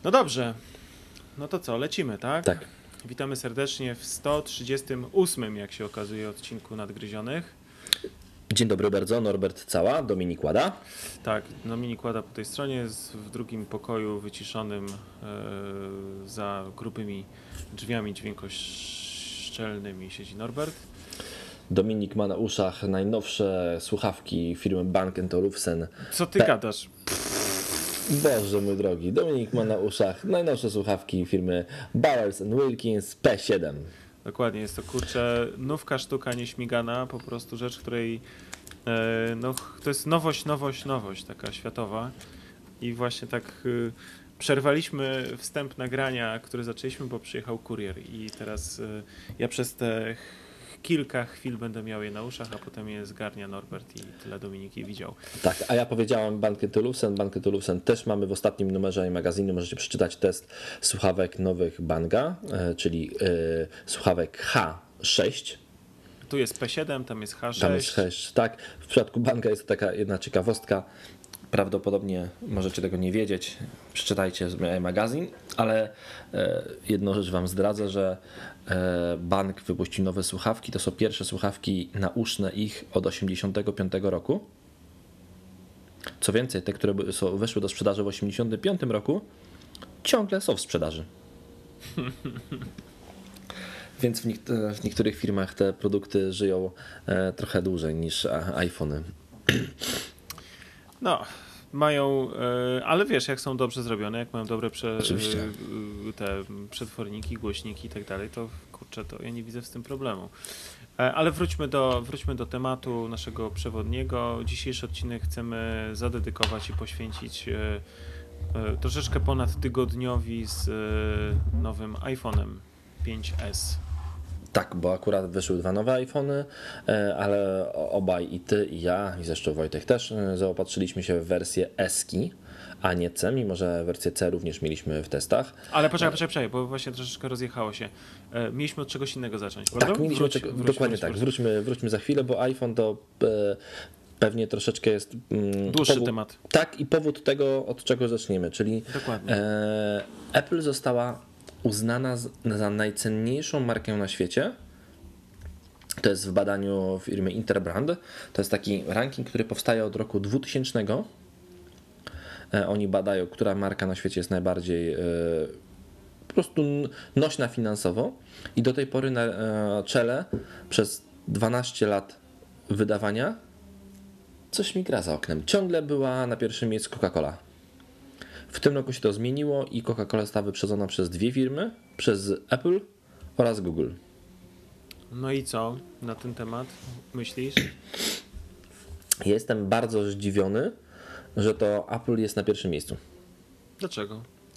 No dobrze, no to co, lecimy, tak? Tak. Witamy serdecznie w 138, jak się okazuje, odcinku Nadgryzionych. Dzień dobry bardzo, Norbert Cała, Dominik Łada. Tak, Dominik Łada po tej stronie, jest w drugim pokoju wyciszonym za grubymi drzwiami dźwiękoszczelnymi siedzi Norbert. Dominik ma na uszach najnowsze słuchawki firmy Bang & Olufsen. Co ty gadasz? Boże mój drogi, Dominik ma na uszach najnowsze słuchawki firmy Bowers & Wilkins P7. Dokładnie, jest to kurczę nówka sztuka nieśmigana, po prostu rzecz, której no, to jest nowość taka światowa i właśnie tak przerwaliśmy wstęp nagrania, który zaczęliśmy, bo przyjechał kurier i teraz ja przez te kilka chwil będę miał je na uszach, a potem je zgarnia Norbert i tyle Dominiki widział. Tak, a ja powiedziałem Bang & Olufsen. Bang & Olufsen też mamy w ostatnim numerze magazynu. Możecie przeczytać test słuchawek nowych Banga, czyli słuchawek H6. Tu jest P7, tam jest H6. Tam jest H6, tak. W przypadku Banga jest to taka jedna ciekawostka. Prawdopodobnie możecie tego nie wiedzieć, przeczytajcie magazyn, ale jedną rzecz wam zdradzę, że Bang wypuścił nowe słuchawki. To są pierwsze słuchawki nauszne ich od 1985 roku. Co więcej, te, które weszły do sprzedaży w 1985 roku, ciągle są w sprzedaży. Więc w niektórych firmach te produkty żyją trochę dłużej niż iPhony. No, mają, ale wiesz, jak są dobrze zrobione, jak mają dobre te przetworniki, głośniki i tak dalej, to kurczę, to ja nie widzę z tym problemu. Ale wróćmy do tematu naszego przewodniego. Dzisiejszy odcinek chcemy zadedykować i poświęcić troszeczkę ponad tygodniowi z nowym iPhone'em 5S. Tak, bo akurat wyszły dwa nowe iPhony, ale obaj i ty, i ja, i zresztą Wojtek też zaopatrzyliśmy się w wersję S-ki, a nie C, mimo że wersję C również mieliśmy w testach. Ale poczekaj, bo właśnie troszeczkę rozjechało się. Mieliśmy od czegoś innego zacząć, prawda? Tak, mieliśmy dokładnie tak. Wróćmy za chwilę, bo iPhone to pewnie troszeczkę jest dłuższy temat. Tak, i powód tego, od czego zaczniemy, czyli Apple została uznana za najcenniejszą markę na świecie. To jest w badaniu firmy Interbrand. To jest taki ranking, który powstaje od roku 2000. Oni badają, która marka na świecie jest najbardziej po prostu nośna finansowo i do tej pory na czele przez 12 lat wydawania coś mi gra za oknem. Ciągle była na pierwszym miejscu Coca-Cola. W tym roku się to zmieniło i Coca-Cola została wyprzedzona przez dwie firmy, przez Apple oraz Google. No i co na ten temat myślisz? Jestem bardzo zdziwiony, że to Apple jest na pierwszym miejscu. Dlaczego?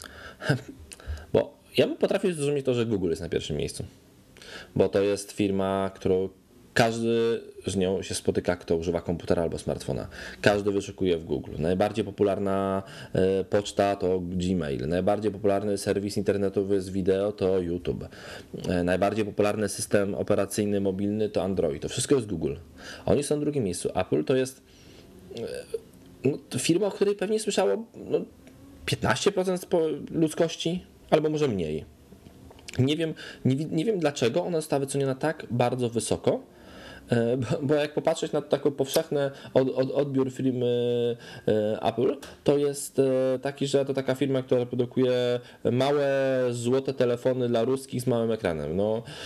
Bo ja bym potrafił zrozumieć to, że Google jest na pierwszym miejscu. Bo to jest firma, którą każdy z nią się spotyka, kto używa komputera albo smartfona. Każdy wyszukuje w Google. Najbardziej popularna poczta to Gmail. Najbardziej popularny serwis internetowy z wideo to YouTube. Najbardziej popularny system operacyjny mobilny to Android. To wszystko jest Google. Oni są na drugim miejscu. Apple to jest to firma, o której pewnie słyszało 15% ludzkości, albo może mniej. Nie wiem dlaczego ona została wyceniona tak bardzo wysoko, bo jak popatrzeć na taki powszechny odbiór firmy Apple, to jest taki, że to taka firma, która produkuje małe, złote telefony dla ruskich z małym ekranem.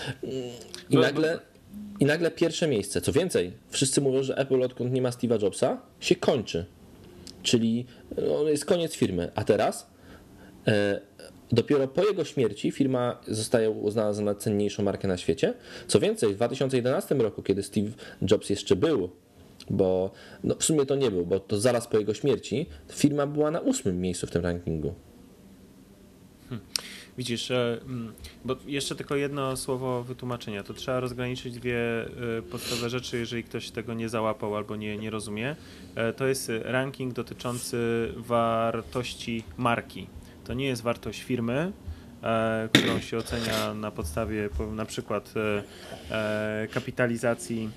I nagle pierwsze miejsce. Co więcej, wszyscy mówią, że Apple, odkąd nie ma Steve'a Jobsa, się kończy. Czyli jest koniec firmy. A teraz dopiero po jego śmierci firma zostaje uznana za najcenniejszą markę na świecie. Co więcej, w 2011 roku, kiedy Steve Jobs jeszcze był, bo w sumie to nie był, bo to zaraz po jego śmierci, firma była na 8. miejscu w tym rankingu. Widzisz, bo jeszcze tylko jedno słowo wytłumaczenia. To trzeba rozgraniczyć dwie podstawowe rzeczy, jeżeli ktoś tego nie załapał albo nie rozumie. To jest ranking dotyczący wartości marki. To nie jest wartość firmy, którą się ocenia na podstawie na przykład kapitalizacji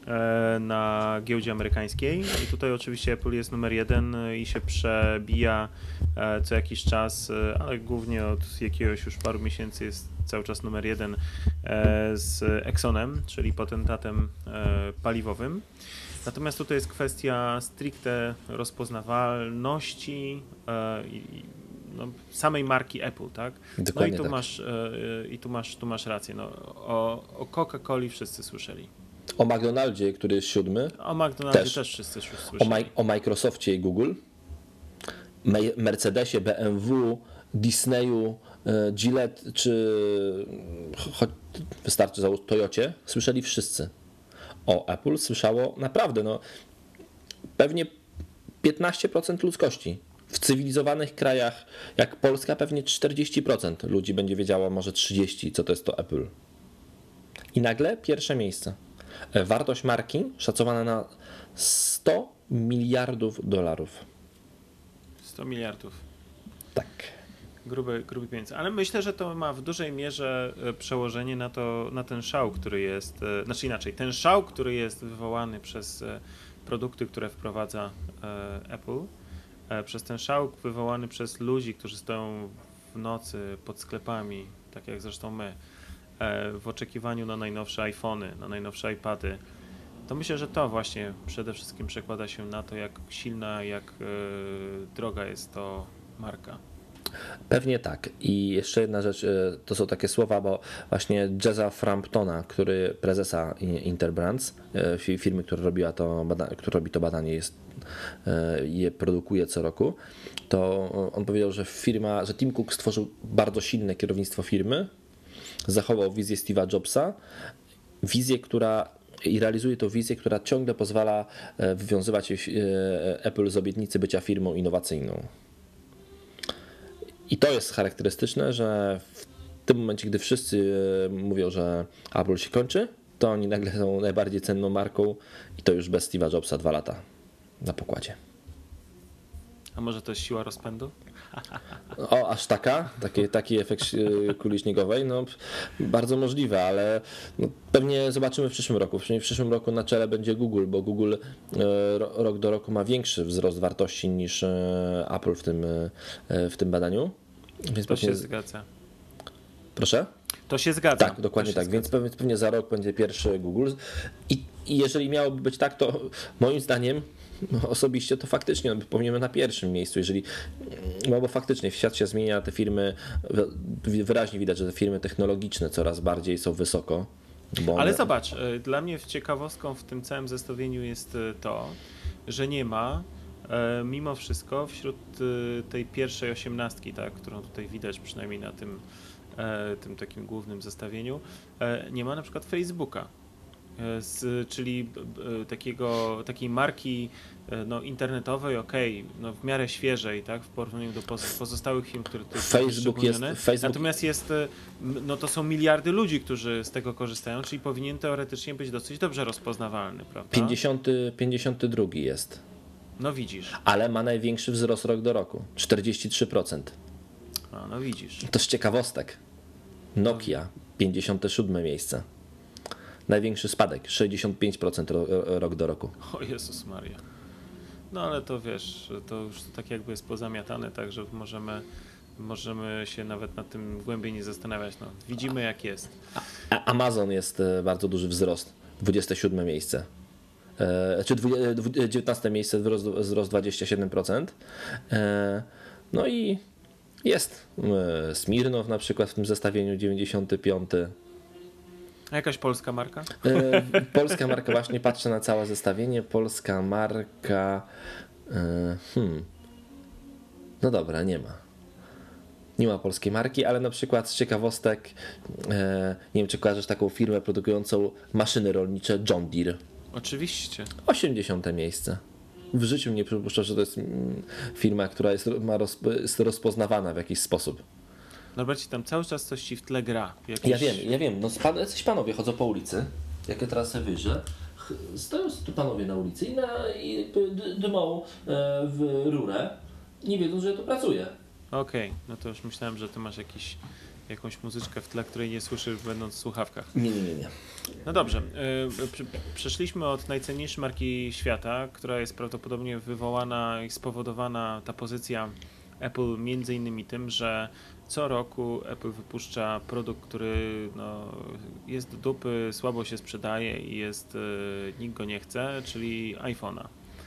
na giełdzie amerykańskiej i tutaj oczywiście Apple jest numer 1 i się przebija co jakiś czas, ale głównie od jakiegoś już paru miesięcy jest cały czas numer 1 z Exxonem, czyli potentatem paliwowym. Natomiast tutaj jest kwestia stricte rozpoznawalności no, samej marki Apple, tak? Dokładnie no i tu masz rację. No, o Coca-Coli wszyscy słyszeli. O McDonaldzie, który jest 7. O McDonaldzie też wszyscy słyszeli. O Microsoftie i Google. Mercedesie, BMW, Disneyu, Gillette czy wystarczy za Toyocie słyszeli wszyscy. O Apple słyszało naprawdę pewnie 15% ludzkości. W cywilizowanych krajach jak Polska pewnie 40% ludzi będzie wiedziało, może 30%, co to jest to Apple. I nagle pierwsze miejsce. Wartość marki szacowana na $100 miliardów. 100 miliardów. Tak. Gruby pieniądze. Ale myślę, że to ma w dużej mierze przełożenie na ten szał, który jest, znaczy inaczej, ten szał, który jest wywołany przez produkty, które wprowadza Apple, przez ten szał wywołany przez ludzi, którzy stoją w nocy pod sklepami, tak jak zresztą my, w oczekiwaniu na najnowsze iPhony, na najnowsze iPady, to myślę, że to właśnie przede wszystkim przekłada się na to, jak silna, jak droga jest to marka. Pewnie tak. I jeszcze jedna rzecz, to są takie słowa, bo właśnie Jeza Framptona, który prezesa Interbrands, firmy, która robi to badanie, je produkuje co roku, to on powiedział, że Tim Cook stworzył bardzo silne kierownictwo firmy, zachował wizję Steve'a Jobsa, i realizuje tą wizję, która ciągle pozwala wywiązywać Apple z obietnicy bycia firmą innowacyjną. I to jest charakterystyczne, że w tym momencie, gdy wszyscy mówią, że Apple się kończy, to oni nagle są najbardziej cenną marką i to już bez Steve'a Jobsa 2 lata na pokładzie. A może to jest siła rozpędu? O, aż taki efekt kuli śniegowej, bardzo możliwe, ale pewnie zobaczymy w przyszłym roku. Przynajmniej w przyszłym roku na czele będzie Google, bo Google rok do roku ma większy wzrost wartości niż Apple w tym badaniu. Więc to się zgadza. Proszę? To się zgadza. Tak, dokładnie tak, więc pewnie za rok będzie pierwszy Google i jeżeli miałoby być tak, to moim zdaniem osobiście to faktycznie powinienem na pierwszym miejscu, bo faktycznie świat się zmienia, te firmy, wyraźnie widać, że te firmy technologiczne coraz bardziej są wysoko. Ale zobacz, dla mnie ciekawostką w tym całym zestawieniu jest to, że nie ma mimo wszystko wśród tej pierwszej 18, tak, którą tutaj widać przynajmniej na tym takim głównym zestawieniu, nie ma na przykład Facebooka. Czyli takiej marki internetowej, w miarę świeżej, tak, w porównaniu do pozostałych firm, które tutaj są szczególnione. Natomiast to są miliardy ludzi, którzy z tego korzystają, czyli powinien teoretycznie być dosyć dobrze rozpoznawalny, prawda? 52 jest. No widzisz. Ale ma największy wzrost rok do roku, 43%. No widzisz. To z ciekawostek. Nokia, 57 miejsce. Największy spadek, 65% rok do roku. O Jezus Maria. No ale to wiesz, to już tak jakby jest pozamiatane, także możemy się nawet nad tym głębiej nie zastanawiać. Widzimy jak jest. Amazon jest bardzo duży wzrost, 27 miejsce. Czy 19 miejsce, wzrost 27%. No i jest Smirnow na przykład w tym zestawieniu 95. A jakaś polska marka? Polska marka, właśnie patrzę na całe zestawienie. Polska marka. No dobra, nie ma. Nie ma polskiej marki, ale na przykład z ciekawostek, nie wiem, czy kojarzysz taką firmę produkującą maszyny rolnicze John Deere. Oczywiście. 80 miejsce. W życiu nie przypuszczam, że to jest firma, która jest rozpoznawana w jakiś sposób. Norbercie, tam cały czas coś ci w tle gra. Ja wiem. Coś panowie chodzą po ulicy. Jak ja teraz sobie wyjrzę, stoją tu panowie na ulicy i dmą w rurę. Nie wiedzą, że ja tu pracuję. Okej, no to już myślałem, że ty masz jakiś jakąś muzyczkę w tle, której nie słyszysz będąc w słuchawkach. Nie. No dobrze, przeszliśmy od najcenniejszej marki świata, która jest prawdopodobnie wywołana i spowodowana ta pozycja Apple między innymi tym, że co roku Apple wypuszcza produkt, który jest do dupy, słabo się sprzedaje i nikt go nie chce, czyli iPhone'a.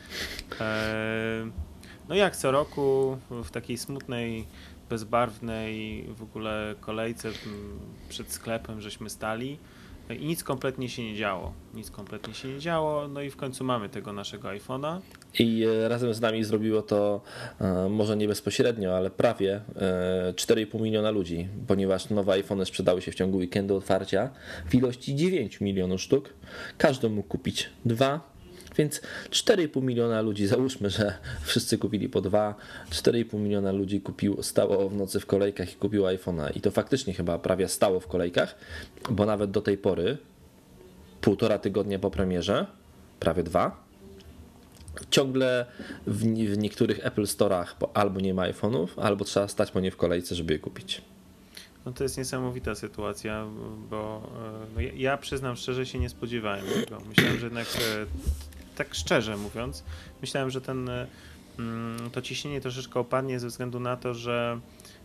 No jak co roku w takiej smutnej, bezbarwnej w ogóle kolejce przed sklepem żeśmy stali i nic kompletnie się nie działo, no i w końcu mamy tego naszego iPhone'a. I razem z nami zrobiło to może nie bezpośrednio, ale prawie 4,5 miliona ludzi, ponieważ nowe iPhony sprzedały się w ciągu weekendu otwarcia w ilości 9 milionów sztuk. Każdy mógł kupić 2, więc 4,5 miliona ludzi, załóżmy, że wszyscy kupili po 2, 4,5 miliona ludzi stało w nocy w kolejkach i kupiło iPhone'a. I to faktycznie chyba prawie stało w kolejkach, bo nawet do tej pory, 1,5 tygodnia po premierze, prawie 2, ciągle w niektórych Apple Store'ach albo nie ma iPhone'ów, albo trzeba stać po nie w kolejce, żeby je kupić. No to jest niesamowita sytuacja, bo ja przyznam szczerze, się nie spodziewałem tego. Myślałem, że jednak, tak szczerze mówiąc, myślałem, że to ciśnienie troszeczkę opadnie ze względu na to, że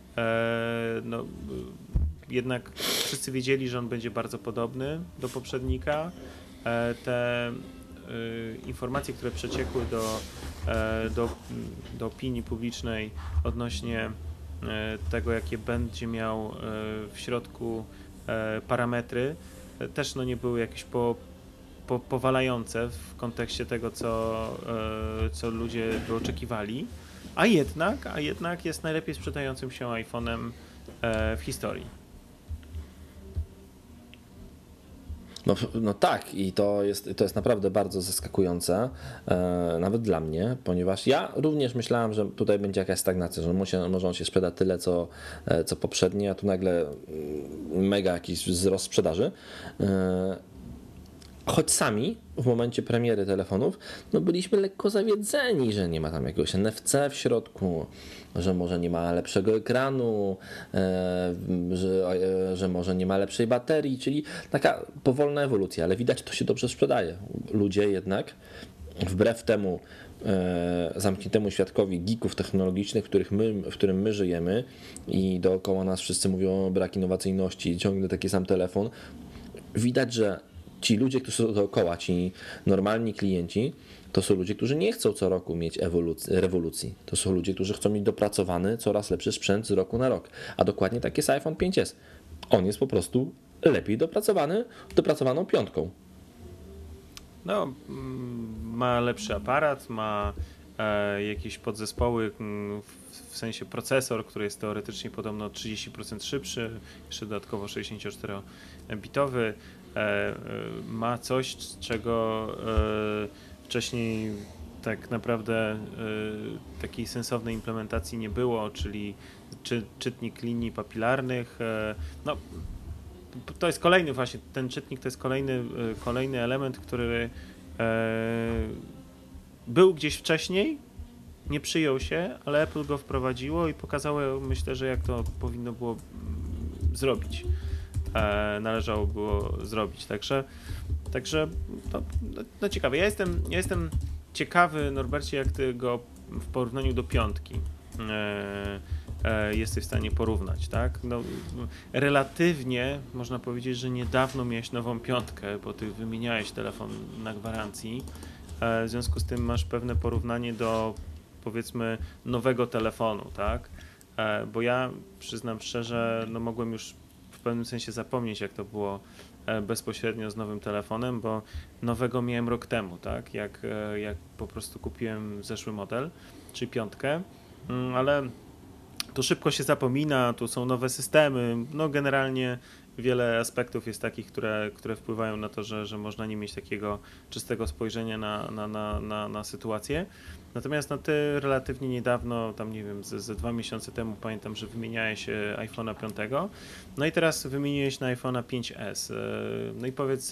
jednak wszyscy wiedzieli, że on będzie bardzo podobny do poprzednika. Te informacje, które przeciekły do opinii publicznej odnośnie tego, jakie będzie miał w środku parametry, też nie były jakieś powalające w kontekście tego, co ludzie by oczekiwali, a jednak jest najlepiej sprzedającym się iPhone'em w historii. No tak, i to jest naprawdę bardzo zaskakujące, nawet dla mnie, ponieważ ja również myślałem, że tutaj będzie jakaś stagnacja, że może on się sprzeda tyle, co poprzedni, a tu nagle mega jakiś wzrost sprzedaży. Choć sami w momencie premiery telefonów byliśmy lekko zawiedzeni, że nie ma tam jakiegoś NFC w środku, że może nie ma lepszego ekranu, że może nie ma lepszej baterii, czyli taka powolna ewolucja, ale widać, to się dobrze sprzedaje. Ludzie jednak, wbrew temu zamkniętemu świadkowi geeków technologicznych, w którym my żyjemy i dookoła nas wszyscy mówią o brak innowacyjności, ciągle taki sam telefon, widać, że ci ludzie, którzy są dookoła, ci normalni klienci, to są ludzie, którzy nie chcą co roku mieć rewolucji. To są ludzie, którzy chcą mieć dopracowany, coraz lepszy sprzęt z roku na rok. A dokładnie tak jest iPhone 5s. On jest po prostu lepiej dopracowaną piątką. Ma lepszy aparat, ma jakieś podzespoły, w sensie procesor, który jest teoretycznie podobno o 30% szybszy, jeszcze dodatkowo 64-bitowy. Ma coś, czego wcześniej tak naprawdę takiej sensownej implementacji nie było, czyli czytnik linii papilarnych. To jest kolejny właśnie, ten czytnik to jest kolejny element, który był gdzieś wcześniej, nie przyjął się, ale Apple go wprowadziło i pokazało, myślę, że jak to powinno było zrobić. Należało było zrobić. Także ciekawe. Ja jestem ciekawy, Norbercie, jak ty go w porównaniu do piątki jesteś w stanie porównać, tak? Relatywnie można powiedzieć, że niedawno miałeś nową piątkę, bo ty wymieniałeś telefon na gwarancji. W związku z tym masz pewne porównanie do, powiedzmy, nowego telefonu, tak? Bo ja przyznam szczerze, mogłem już w pewnym sensie zapomnieć, jak to było bezpośrednio z nowym telefonem, bo nowego miałem rok temu, tak? Jak po prostu kupiłem zeszły model, czy piątkę, ale to szybko się zapomina, tu są nowe systemy, generalnie wiele aspektów jest takich, które wpływają na to, że można nie mieć takiego czystego spojrzenia na sytuację. Natomiast ty relatywnie niedawno, tam nie wiem, ze 2 miesiące temu pamiętam, że wymieniałeś iPhone'a 5. I teraz wymieniłeś na iPhone'a 5S. I powiedz,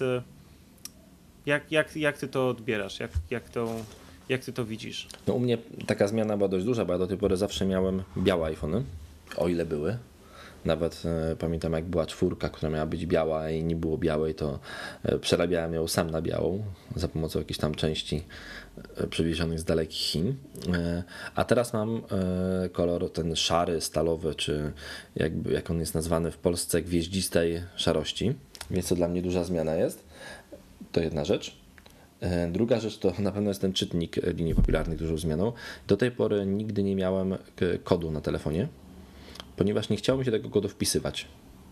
jak ty to odbierasz? Jak ty to widzisz? U mnie taka zmiana była dość duża, bo ja do tej pory zawsze miałem białe iPhony, o ile były. Nawet pamiętam, jak była 4, która miała być biała i nie było białej, to przerabiałem ją sam na białą za pomocą jakichś tam części przywiezionych z dalekich Chin. A teraz mam kolor ten szary, stalowy, czy jak on jest nazwany w Polsce, gwieździstej szarości. Więc to dla mnie duża zmiana jest. To jedna rzecz. Druga rzecz to na pewno jest ten czytnik linii papilarnych dużą zmianą. Do tej pory nigdy nie miałem kodu na telefonie, ponieważ nie chciało mi się tego kodu wpisywać.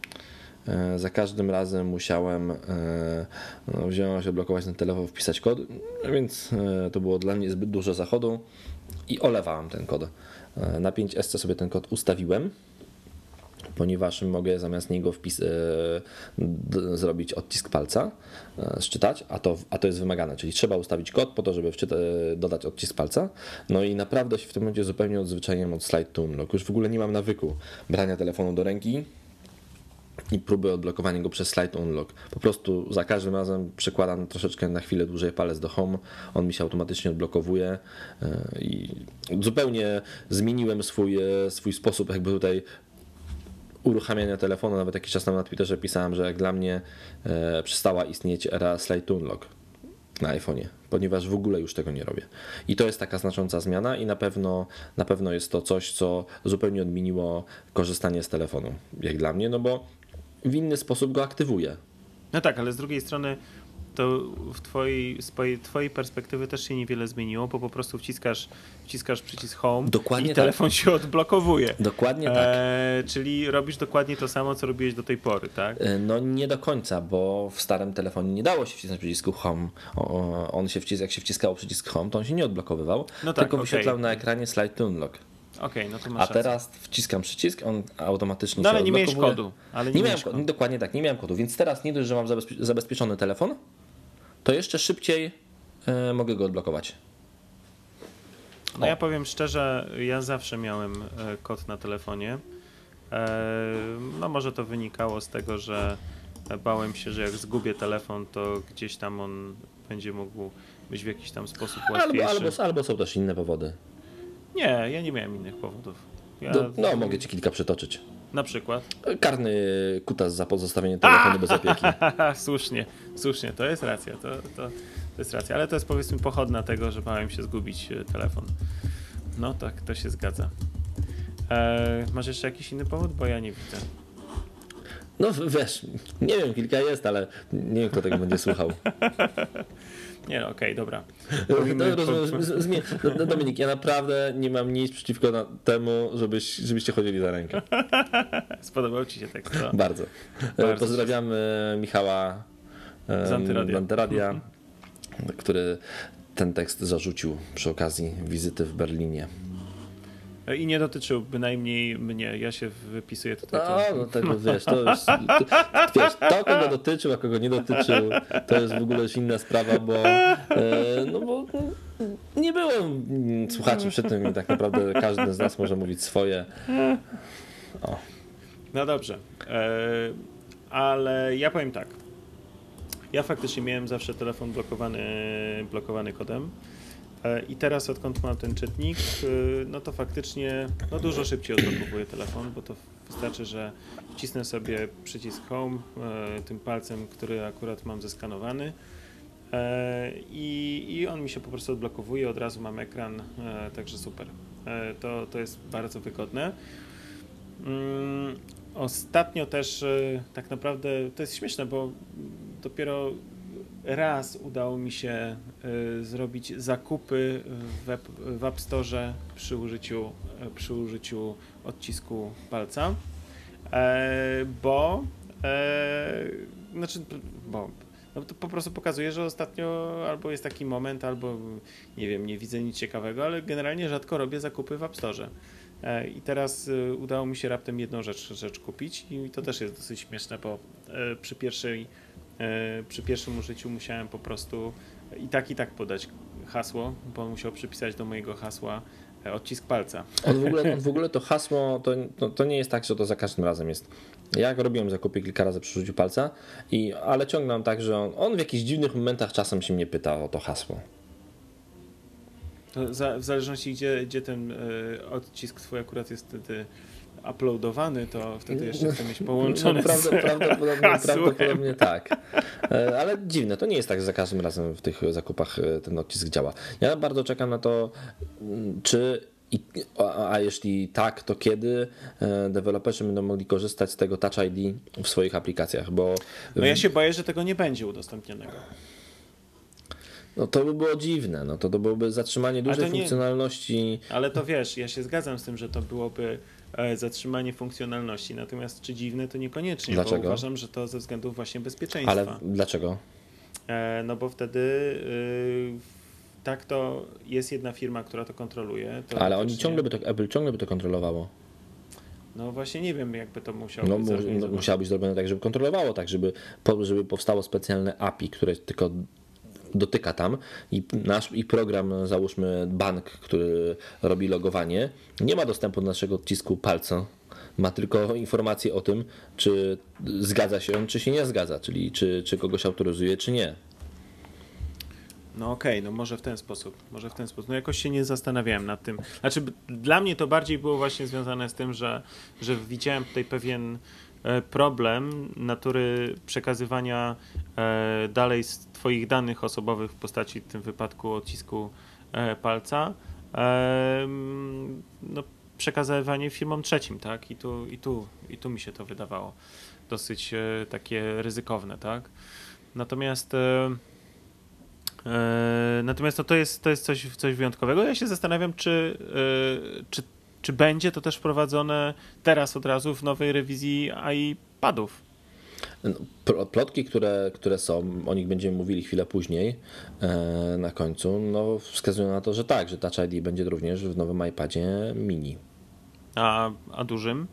Za każdym razem musiałem wziąć, odblokować ten telefon, wpisać kod, więc to było dla mnie zbyt dużo zachodu i olewałem ten kod. Na 5S sobie ten kod ustawiłem, ponieważ mogę zamiast niego zrobić odcisk palca, szczytać, a to jest wymagane, czyli trzeba ustawić kod po to, żeby dodać odcisk palca. No i naprawdę się w tym momencie zupełnie odzwyczaiłem od Slide to Unlock. Już w ogóle nie mam nawyku brania telefonu do ręki i próby odblokowania go przez Slide Unlock. Po prostu za każdym razem przekładam troszeczkę na chwilę dłużej palec do Home, on mi się automatycznie odblokowuje i zupełnie zmieniłem swój sposób jakby tutaj uruchamiania telefonu. Nawet jakiś czas temu na Twitterze pisałem, że jak dla mnie przestała istnieć era Slide to Unlock na iPhone'ie, ponieważ w ogóle już tego nie robię. I to jest taka znacząca zmiana i na pewno jest to coś, co zupełnie odmieniło korzystanie z telefonu, jak dla mnie, no bo w inny sposób go aktywuję. No tak, ale z drugiej strony to z twojej perspektywy też się niewiele zmieniło, bo po prostu wciskasz przycisk Home. Dokładnie i telefon się odblokowuje. Dokładnie tak. Czyli robisz dokładnie to samo, co robiłeś do tej pory, tak? No nie do końca, bo w starym telefonie nie dało się wcisnąć przycisku Home. Jak się wciskało przycisk Home, to on się nie odblokowywał, tylko wyświetlał na ekranie Slide to Unlock. No to masz teraz wciskam przycisk, on automatycznie się ale nie odblokowuje. miałeś kodu. Nie miałem kodu. Dokładnie tak, nie miałem kodu, więc teraz nie dość, że mam zabezpieczony telefon, to jeszcze szybciej mogę go odblokować. No ja powiem szczerze, ja zawsze miałem kod na telefonie. No może to wynikało z tego, że bałem się, że jak zgubię telefon, to gdzieś tam on będzie mógł być w jakiś tam sposób łatwiejszy. Albo są też inne powody. Nie, ja nie miałem innych powodów. Mogę ci kilka przytoczyć. Na przykład? Karny kutas za pozostawienie telefonu bez opieki. Słusznie, to jest racja. To jest racja, ale to jest powiedzmy pochodna tego, że bałem się zgubić telefon. No tak, to się zgadza. Masz jeszcze jakiś inny powód? Bo ja nie widzę. No wiesz, nie wiem, kilka jest, ale nie wiem, kto tego będzie słuchał. Nie no, okej, dobra. Dominik, ja naprawdę nie mam nic przeciwko temu, żebyście chodzili za rękę. Spodobał ci się tekst? Co? Bardzo. Pozdrawiamy Michała z Antyradia, który ten tekst zarzucił przy okazji wizyty w Berlinie. I nie dotyczył bynajmniej mnie. Ja się wypisuję tutaj. No tego wiesz, to kogo dotyczył, a kogo nie dotyczył, to jest w ogóle już inna sprawa, bo nie byłem słuchaczem przy tym i tak naprawdę każdy z nas może mówić swoje. No dobrze, ale ja powiem tak. Ja faktycznie miałem zawsze telefon blokowany kodem. I teraz odkąd mam ten czytnik, no to faktycznie dużo szybciej odblokowuję telefon, bo to wystarczy, że wcisnę sobie przycisk Home tym palcem, który akurat mam zeskanowany i on mi się po prostu odblokowuje, od razu mam ekran, także super. To jest bardzo wygodne. Ostatnio też tak naprawdę to jest śmieszne, bo dopiero raz udało mi się zrobić zakupy w App Store przy użyciu odcisku palca, bo to po prostu pokazuje, że ostatnio albo jest taki moment, albo nie wiem, nie widzę nic ciekawego, ale generalnie rzadko robię zakupy w App Store. I teraz udało mi się raptem jedną rzecz kupić i to też jest dosyć śmieszne, bo przy pierwszym użyciu musiałem po prostu i tak podać hasło, bo on musiał przypisać do mojego hasła odcisk palca. W ogóle to hasło to nie jest tak, że to za każdym razem jest. Ja robiłem zakupy kilka razy przy użyciu palca, ale ciągle mam tak, że on w jakichś dziwnych momentach czasem się mnie pyta o to hasło. To w zależności gdzie ten odcisk twój akurat jest wtedy uploadowany, to wtedy jeszcze chcę mieć połączone prawdopodobnie tak. Ale dziwne, to nie jest tak, że za każdym razem w tych zakupach ten odcisk działa. Ja bardzo czekam na to, a jeśli tak, to kiedy deweloperzy będą mogli korzystać z tego Touch ID w swoich aplikacjach, bo... No ja się boję, że tego nie będzie udostępnionego. No to by było dziwne, to byłoby zatrzymanie dużej funkcjonalności. Ale to wiesz, ja się zgadzam z tym, że to byłoby zatrzymanie funkcjonalności, natomiast czy dziwne, to niekoniecznie. Dlaczego? Bo uważam, że to ze względów właśnie bezpieczeństwa. Ale dlaczego? No bo wtedy tak to jest jedna firma, która to kontroluje. Ale oni Apple ciągle by to kontrolowało. No właśnie nie wiem, jakby to musiało być zorganizowane. Musiało być zrobione tak, żeby kontrolowało, tak żeby powstało specjalne API, które tylko dotyka tam i program, załóżmy bank, który robi logowanie, nie ma dostępu do naszego odcisku palca, ma tylko informację o tym, czy zgadza się on, czy się nie zgadza, czyli czy kogoś autoryzuje, czy nie. No okej, no może w ten sposób. No jakoś się nie zastanawiałem nad tym. Znaczy dla mnie to bardziej było właśnie związane z tym, że widziałem tutaj pewien problem natury przekazywania dalej z twoich danych osobowych w postaci w tym wypadku odcisku palca, no przekazywanie firmom trzecim, tak? I tu mi się to wydawało dosyć takie ryzykowne, tak? Natomiast to jest coś wyjątkowego. Ja się zastanawiam, czy będzie to też wprowadzone teraz od razu w nowej rewizji iPadów. Plotki, które są, o nich będziemy mówili chwilę później na końcu, wskazują na to, że tak, że Touch ID będzie również w nowym iPadzie mini. A dużym?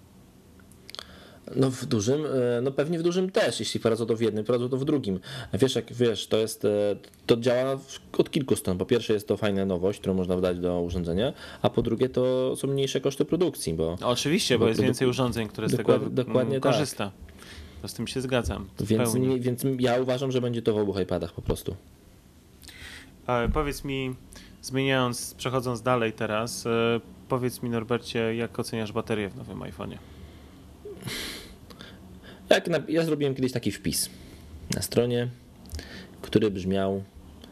No w dużym, pewnie w dużym też, jeśli wprowadzą to w jednym, wprowadzą to w drugim. Wiesz, to działa od kilku stron. Po pierwsze jest to fajna nowość, którą można wdać do urządzenia, a po drugie to są mniejsze koszty produkcji. Oczywiście, bo jest więcej urządzeń, które z tego korzysta. Tak. To z tym się zgadzam. Więc ja uważam, że będzie to w obu iPadach po prostu. Powiedz mi, przechodząc dalej teraz, powiedz mi, Norbercie, jak oceniasz baterię w nowym iPhone'ie? Ja zrobiłem kiedyś taki wpis na stronie, który brzmiał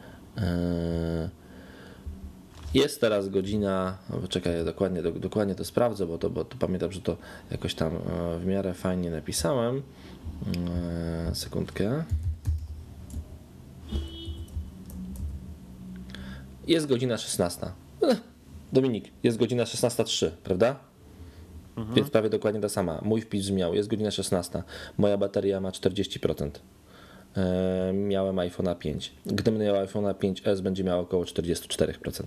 jest teraz godzina, czekaj, dokładnie to sprawdzę, bo to pamiętam, że to jakoś tam w miarę fajnie napisałem. Sekundkę. Jest godzina 16. Dominik, jest godzina 16:03, prawda? Więc prawie dokładnie ta sama. Mój wpis brzmiał, jest godzina 16, moja bateria ma 40%. Miałem iPhone'a 5. Gdybym miał iPhone'a 5S, będzie miał około 44%.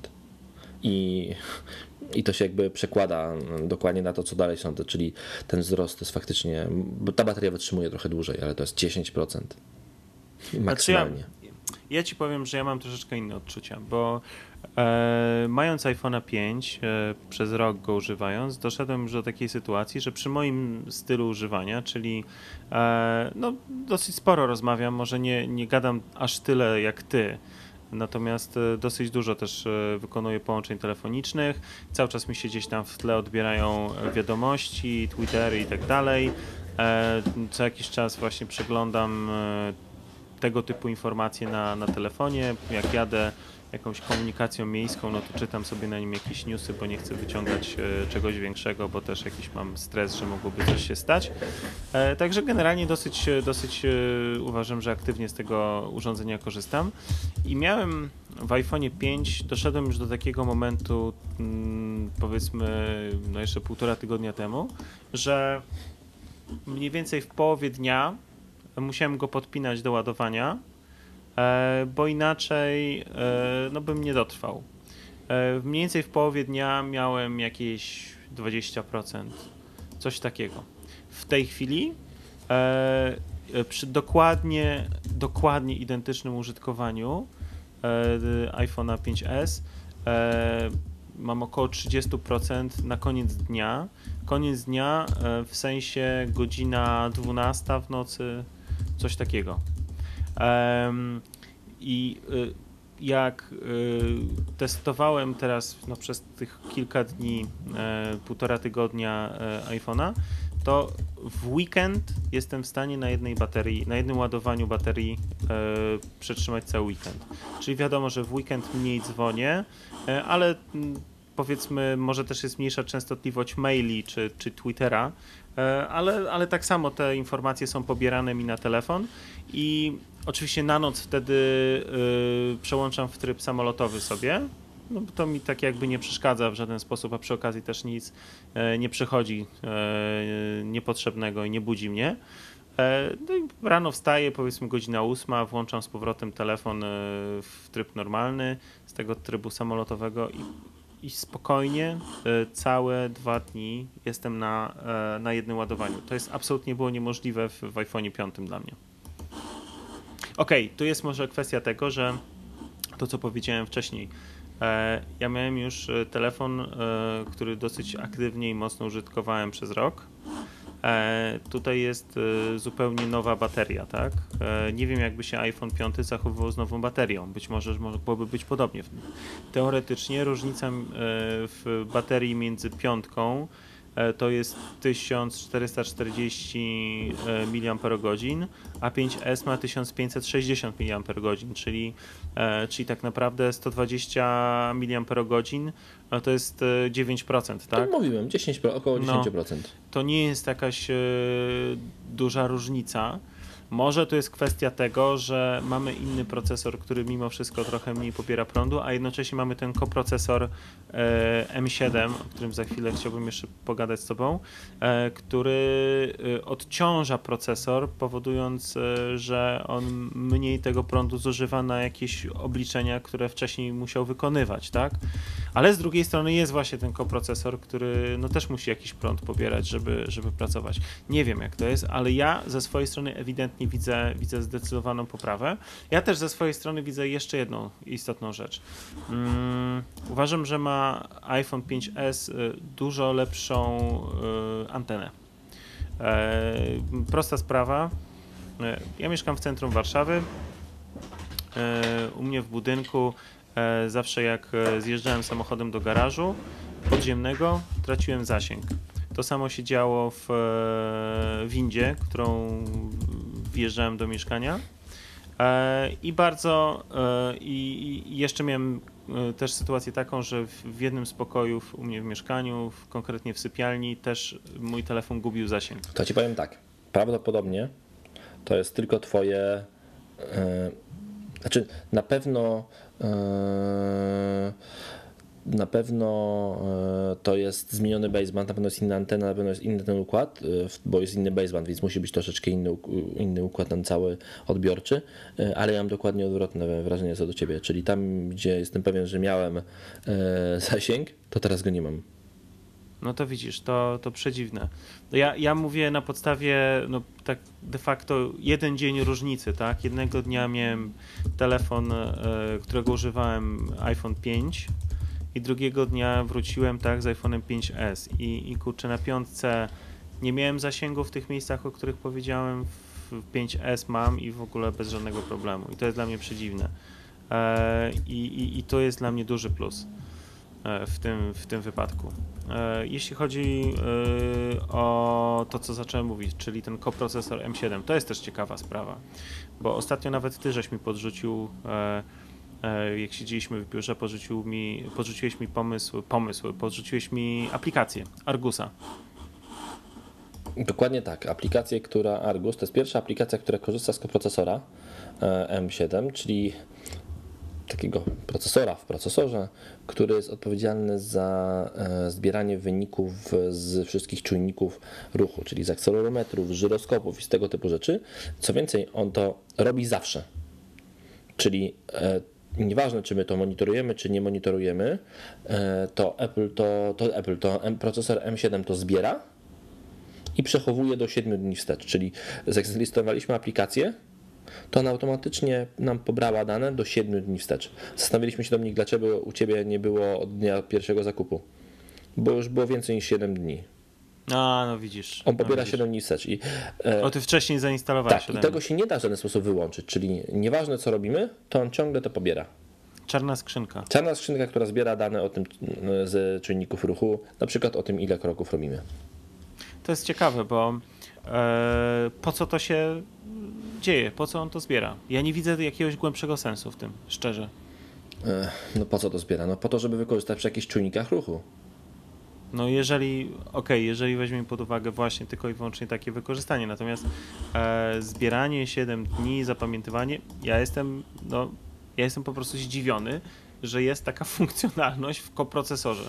I to się jakby przekłada dokładnie na to, co dalej sądzę, czyli ten wzrost to jest faktycznie, bo ta bateria wytrzymuje trochę dłużej, ale to jest 10%. Maksymalnie. Znaczy ja ci powiem, że ja mam troszeczkę inne odczucia, bo mając iPhone'a 5, przez rok go używając, doszedłem już do takiej sytuacji, że przy moim stylu używania, czyli dosyć sporo rozmawiam, może nie gadam aż tyle jak ty, natomiast dosyć dużo też wykonuję połączeń telefonicznych, cały czas mi się gdzieś tam w tle odbierają wiadomości, Twittery i tak dalej, co jakiś czas właśnie przeglądam tego typu informacje na telefonie, jak jadę jakąś komunikacją miejską, no to czytam sobie na nim jakieś newsy, bo nie chcę wyciągać czegoś większego, bo też jakiś mam stres, że mogłoby coś się stać. Także generalnie dosyć uważam, że aktywnie z tego urządzenia korzystam. I miałem w iPhone'ie 5, doszedłem już do takiego momentu, powiedzmy, jeszcze 1,5 tygodnia temu, że mniej więcej w połowie dnia musiałem go podpinać do ładowania, bo inaczej bym nie dotrwał. Mniej więcej w połowie dnia miałem jakieś 20%, coś takiego. W tej chwili przy dokładnie identycznym użytkowaniu iPhone'a 5S mam około 30% na koniec dnia. Koniec dnia w sensie godzina 12 w nocy, coś takiego. I jak testowałem teraz przez tych kilka dni, 1,5 tygodnia iPhone'a, to w weekend jestem w stanie na jednym ładowaniu baterii przetrzymać cały weekend. Czyli wiadomo, że w weekend mniej dzwonię, ale powiedzmy może też jest mniejsza częstotliwość maili czy Twittera, ale tak samo te informacje są pobierane mi na telefon i oczywiście na noc wtedy przełączam w tryb samolotowy sobie. No bo to mi tak jakby nie przeszkadza w żaden sposób, a przy okazji też nic nie przychodzi niepotrzebnego i nie budzi mnie. No i rano wstaję, powiedzmy godzina 8, włączam z powrotem telefon w tryb normalny z tego trybu samolotowego i spokojnie całe 2 dni jestem na jednym ładowaniu. To jest absolutnie było niemożliwe w iPhone'ie 5 dla mnie. Okej, tu jest może kwestia tego, że to co powiedziałem wcześniej, ja miałem już telefon, który dosyć aktywnie i mocno użytkowałem przez rok. Tutaj jest zupełnie nowa bateria, tak? Nie wiem, jakby się iPhone 5 zachowywał z nową baterią. Być może mogłoby być podobnie. Teoretycznie różnica w baterii między 5 to jest 1440 mAh, a 5S ma 1560 mAh, czyli tak naprawdę 120 mAh to jest 9%, tak? To mówiłem, około 10%. To nie jest jakaś duża różnica. Może to jest kwestia tego, że mamy inny procesor, który mimo wszystko trochę mniej pobiera prądu, a jednocześnie mamy ten koprocesor M7, o którym za chwilę chciałbym jeszcze pogadać z tobą, który odciąża procesor, powodując, że on mniej tego prądu zużywa na jakieś obliczenia, które wcześniej musiał wykonywać, tak? Ale z drugiej strony jest właśnie ten koprocesor, który no też musi jakiś prąd pobierać, żeby pracować. Nie wiem, jak to jest, ale ja ze swojej strony ewidentnie widzę zdecydowaną poprawę. Ja też ze swojej strony widzę jeszcze jedną istotną rzecz. Uważam, że ma iPhone 5S dużo lepszą antenę. Prosta sprawa. Ja mieszkam w centrum Warszawy. U mnie w budynku zawsze jak zjeżdżałem samochodem do garażu podziemnego, traciłem zasięg. To samo się działo w windzie, którą wjeżdżałem do mieszkania i jeszcze miałem też sytuację taką, że w jednym z pokojów u mnie w mieszkaniu, konkretnie w sypialni, też mój telefon gubił zasięg. To ci powiem tak, prawdopodobnie to jest tylko twoje, znaczy na pewno to jest zmieniony baseband, na pewno jest inna antena, na pewno jest inny ten układ, bo jest inny baseband, więc musi być troszeczkę inny układ ten cały odbiorczy, ale ja mam dokładnie odwrotne wrażenie co do ciebie, czyli tam, gdzie jestem pewien, że miałem zasięg, to teraz go nie mam. No to widzisz, to przedziwne. Ja mówię na podstawie tak de facto jeden dzień różnicy, tak? Jednego dnia miałem telefon, którego używałem, iPhone 5 i drugiego dnia wróciłem tak z iPhone'em 5S i kurczę, na 5 nie miałem zasięgu w tych miejscach, o których powiedziałem, w 5S mam i w ogóle bez żadnego problemu i to jest dla mnie przedziwne i to jest dla mnie duży plus w tym wypadku. Jeśli chodzi o to, co zacząłem mówić, czyli ten koprocesor M7, to jest też ciekawa sprawa, bo ostatnio nawet ty żeś mi podrzucił, jak siedzieliśmy w biurze, podrzuciłeś mi podrzuciłeś mi aplikację Argusa. Dokładnie tak, aplikację, Argus, to jest pierwsza aplikacja, która korzysta z koprocesora M7, czyli takiego procesora w procesorze, który jest odpowiedzialny za zbieranie wyników z wszystkich czujników ruchu, czyli z akcelerometrów, żyroskopów i z tego typu rzeczy. Co więcej, on to robi zawsze. Czyli nieważne, czy my to monitorujemy, czy nie monitorujemy, to procesor M7 to zbiera i przechowuje do 7 dni wstecz. Czyli jak zainstalowaliśmy aplikację, to ona automatycznie nam pobrała dane do 7 dni wstecz. Zastanowiliśmy się, Dominik, dlaczego u Ciebie nie było od dnia pierwszego zakupu. Bo już było więcej niż 7 dni. A, no widzisz. On pobiera 7 dni wstecz. Ty wcześniej zainstalowałeś. Tak, i tego się nie da w żaden sposób wyłączyć. Czyli nieważne, co robimy, to on ciągle to pobiera. Czarna skrzynka. Czarna skrzynka, która zbiera dane o tym z czynników ruchu, na przykład o tym, ile kroków robimy. To jest ciekawe, bo po co to się dzieje? Po co on to zbiera? Ja nie widzę jakiegoś głębszego sensu w tym, szczerze. No po co to zbiera? No po to, żeby wykorzystać przy jakichś czujnikach ruchu. No jeżeli weźmiemy pod uwagę właśnie tylko i wyłącznie takie wykorzystanie, natomiast zbieranie 7 dni, zapamiętywanie, ja jestem po prostu zdziwiony, że jest taka funkcjonalność w koprocesorze.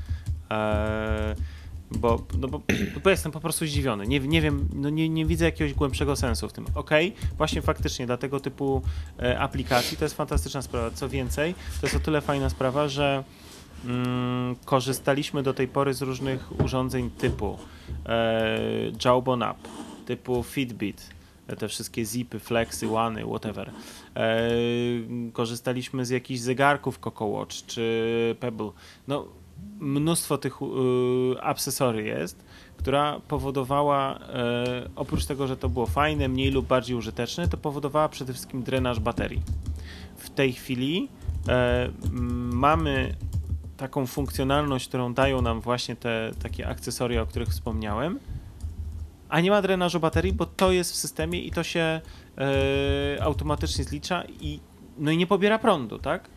Bo jestem po prostu zdziwiony. Nie wiem, nie widzę jakiegoś głębszego sensu w tym. Właśnie faktycznie dla tego typu aplikacji to jest fantastyczna sprawa. Co więcej, to jest o tyle fajna sprawa, że korzystaliśmy do tej pory z różnych urządzeń typu Jawbone App, typu Fitbit, te wszystkie Zipy, Flexy, One, whatever. Korzystaliśmy z jakichś zegarków Coco Watch czy Pebble. No, mnóstwo tych akcesorii jest, która powodowała, oprócz tego, że to było fajne, mniej lub bardziej użyteczne, to powodowała przede wszystkim drenaż baterii. W tej chwili mamy taką funkcjonalność, którą dają nam właśnie te takie akcesoria, o których wspomniałem, a nie ma drenażu baterii, bo to jest w systemie i to się automatycznie zlicza i nie pobiera prądu, tak?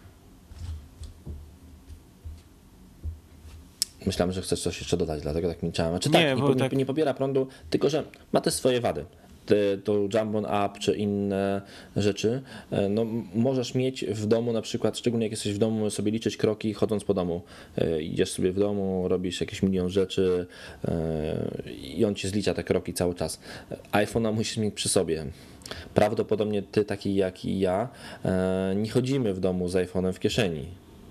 Myślałem, że chcesz coś jeszcze dodać, dlatego tak milczałem. Nie pobiera prądu, tylko że ma też swoje wady. To Jawbone App czy inne rzeczy, no możesz mieć w domu na przykład, szczególnie jak jesteś w domu, sobie liczyć kroki chodząc po domu. Idziesz sobie w domu, robisz jakieś milion rzeczy i on ci zlicza te kroki cały czas. iPhone'a musisz mieć przy sobie. Prawdopodobnie ty, taki jak i ja, nie chodzimy w domu z iPhone'em w kieszeni.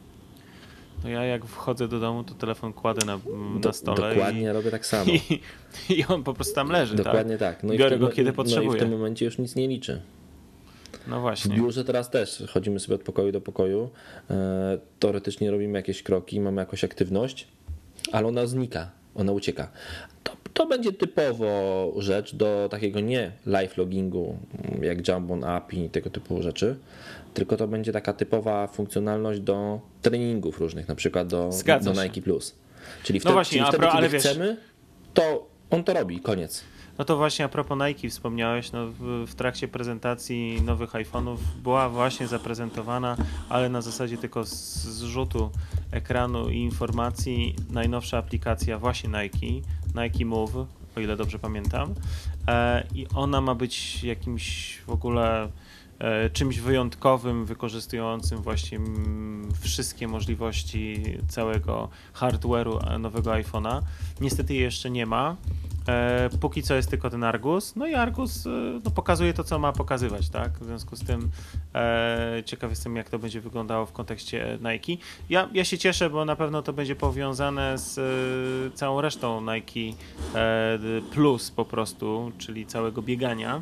No ja jak wchodzę do domu, to telefon kładę na stole. Dokładnie robię tak samo. I on po prostu tam leży. Dokładnie tak. No biorę go kiedy potrzebuję. No i w tym momencie już nic nie liczy. No właśnie. W biurze teraz też chodzimy sobie od pokoju do pokoju. Teoretycznie robimy jakieś kroki, mamy jakąś aktywność, ale ona znika, ona ucieka. To będzie typowo rzecz do takiego nie live loggingu, jak Jawbone App i tego typu rzeczy, tylko to będzie taka typowa funkcjonalność do treningów różnych, na przykład do Nike Plus. Czyli wtedy, kiedy chcemy, to on to robi, koniec. No to właśnie a propos Nike wspomniałeś, no w trakcie prezentacji nowych iPhone'ów była właśnie zaprezentowana, ale na zasadzie tylko zrzutu ekranu i informacji najnowsza aplikacja właśnie Nike Move, o ile dobrze pamiętam, i ona ma być jakimś w ogóle czymś wyjątkowym, wykorzystującym właśnie wszystkie możliwości całego hardware'u nowego iPhone'a. Niestety jej jeszcze nie ma. Póki co jest tylko ten Argus, no i Argus pokazuje to, co ma pokazywać, tak? W związku z tym ciekaw jestem, jak to będzie wyglądało w kontekście Nike. Ja się cieszę, bo na pewno to będzie powiązane z całą resztą Nike Plus po prostu, czyli całego biegania.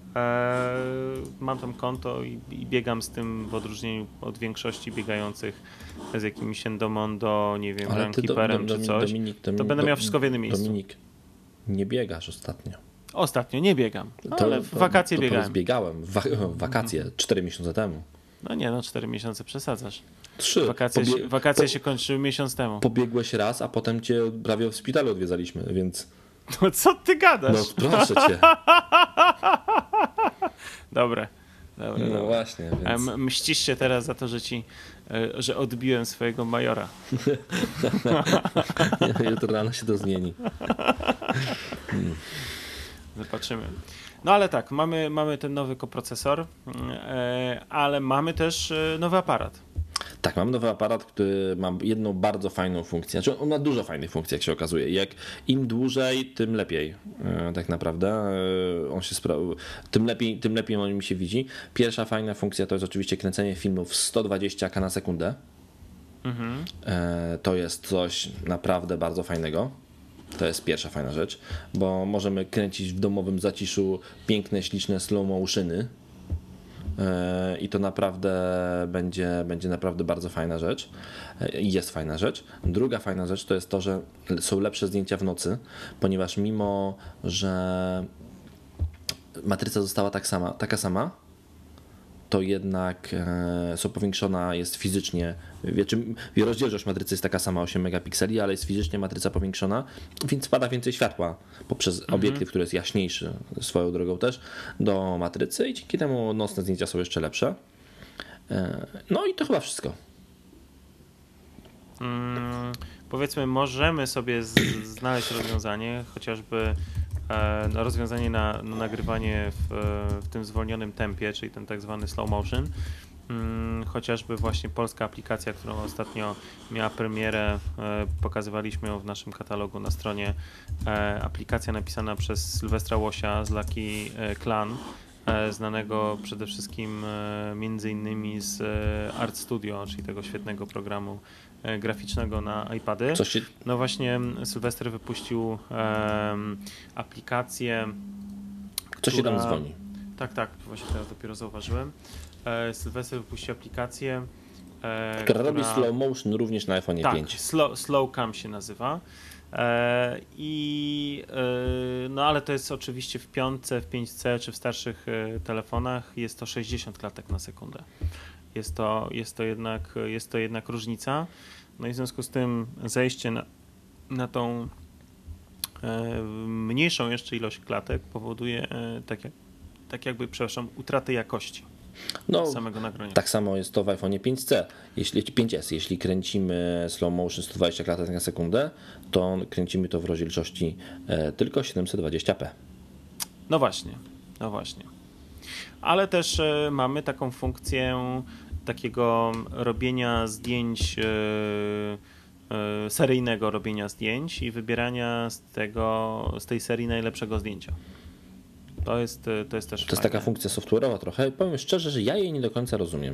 Mam tam konto i biegam z tym w odróżnieniu od większości biegających z jakimś Endomondo, nie wiem, Runkeeperem czy coś. Dominik, to będę miał wszystko w jednym miejscu. Dominik, nie biegasz ostatnio. Ostatnio nie biegam, ale w wakacje biegałem. Biegałem w wakacje 4 miesiące temu. No nie, 4 miesiące przesadzasz. 3. Wakacje się kończyły miesiąc temu. Pobiegłeś raz, a potem cię prawie w szpitalu odwiedzaliśmy, więc... No co ty gadasz? No proszę cię. Dobre. No właśnie. Więc... Mścisz się teraz za to, że odbiłem swojego majora. Jutro rano się to zmieni. Zobaczymy. No ale tak, mamy ten nowy koprocesor, ale mamy też nowy aparat. Tak, mam nowy aparat, który ma jedną bardzo fajną funkcję. Znaczy on ma dużo fajnych funkcji, jak się okazuje. Jak im dłużej, tym lepiej. Tak naprawdę on się tym lepiej on mi się widzi. Pierwsza fajna funkcja to jest oczywiście kręcenie filmów w 120k na sekundę. Mhm. To jest coś naprawdę bardzo fajnego. To jest pierwsza fajna rzecz, bo możemy kręcić w domowym zaciszu piękne, śliczne slow motiony. I to naprawdę będzie naprawdę bardzo fajna rzecz i jest fajna rzecz. Druga fajna rzecz to jest to, że są lepsze zdjęcia w nocy, ponieważ mimo, że matryca została taka sama, to jednak powiększona jest fizycznie, rozdzielczość matrycy jest taka sama 8 megapikseli, ale jest fizycznie matryca powiększona, więc spada więcej światła poprzez obiektyw, który jest jaśniejszy swoją drogą też do matrycy i dzięki temu nocne zdjęcia są jeszcze lepsze. No i to chyba wszystko. Powiedzmy, możemy sobie znaleźć rozwiązanie, chociażby rozwiązanie na nagrywanie w tym zwolnionym tempie, czyli ten tak zwany slow motion. Chociażby właśnie polska aplikacja, którą ostatnio miała premierę, pokazywaliśmy ją w naszym katalogu na stronie. Aplikacja napisana przez Sylwestra Łosia z Lucky Clan, znanego przede wszystkim między innymi z Art Studio, czyli tego świetnego programu graficznego na iPady. No właśnie Sylwester wypuścił aplikację, Co się tam dzwoni? Tak, właśnie teraz dopiero zauważyłem. Sylwester wypuścił aplikację, która robi slow motion również na iPhone 5. Slow Cam się nazywa. No ale to jest oczywiście w 5, w 5C czy w starszych telefonach jest to 60 klatek na sekundę. Jest to jednak różnica. No i w związku z tym zejście na tą mniejszą jeszcze ilość klatek powoduje utratę jakości samego nagrania. Tak samo jest to w iPhone 5C, 5S. Jeśli kręcimy slow motion 120 klatek na sekundę, to kręcimy to w rozdzielczości tylko 720p. No właśnie. Ale też mamy taką funkcję takiego robienia zdjęć, seryjnego robienia zdjęć i wybierania z tej serii najlepszego zdjęcia. To jest też fajne. To jest taka funkcja software'owa trochę. Powiem szczerze, że ja jej nie do końca rozumiem.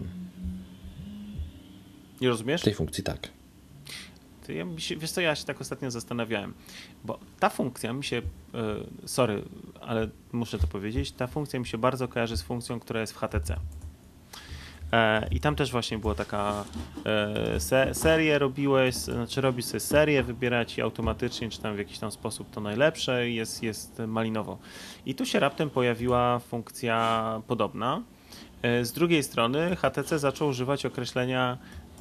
Nie rozumiesz? Tej funkcji tak. Wiesz co, ja się tak ostatnio zastanawiałem, bo ta funkcja mi się, sorry, ale muszę to powiedzieć, ta funkcja mi się bardzo kojarzy z funkcją, która jest w HTC. I tam też właśnie była taka serię robisz sobie serię, wybierać i automatycznie, czy tam w jakiś tam sposób to najlepsze jest malinowo. I tu się raptem pojawiła funkcja podobna. Z drugiej strony HTC zaczął używać określenia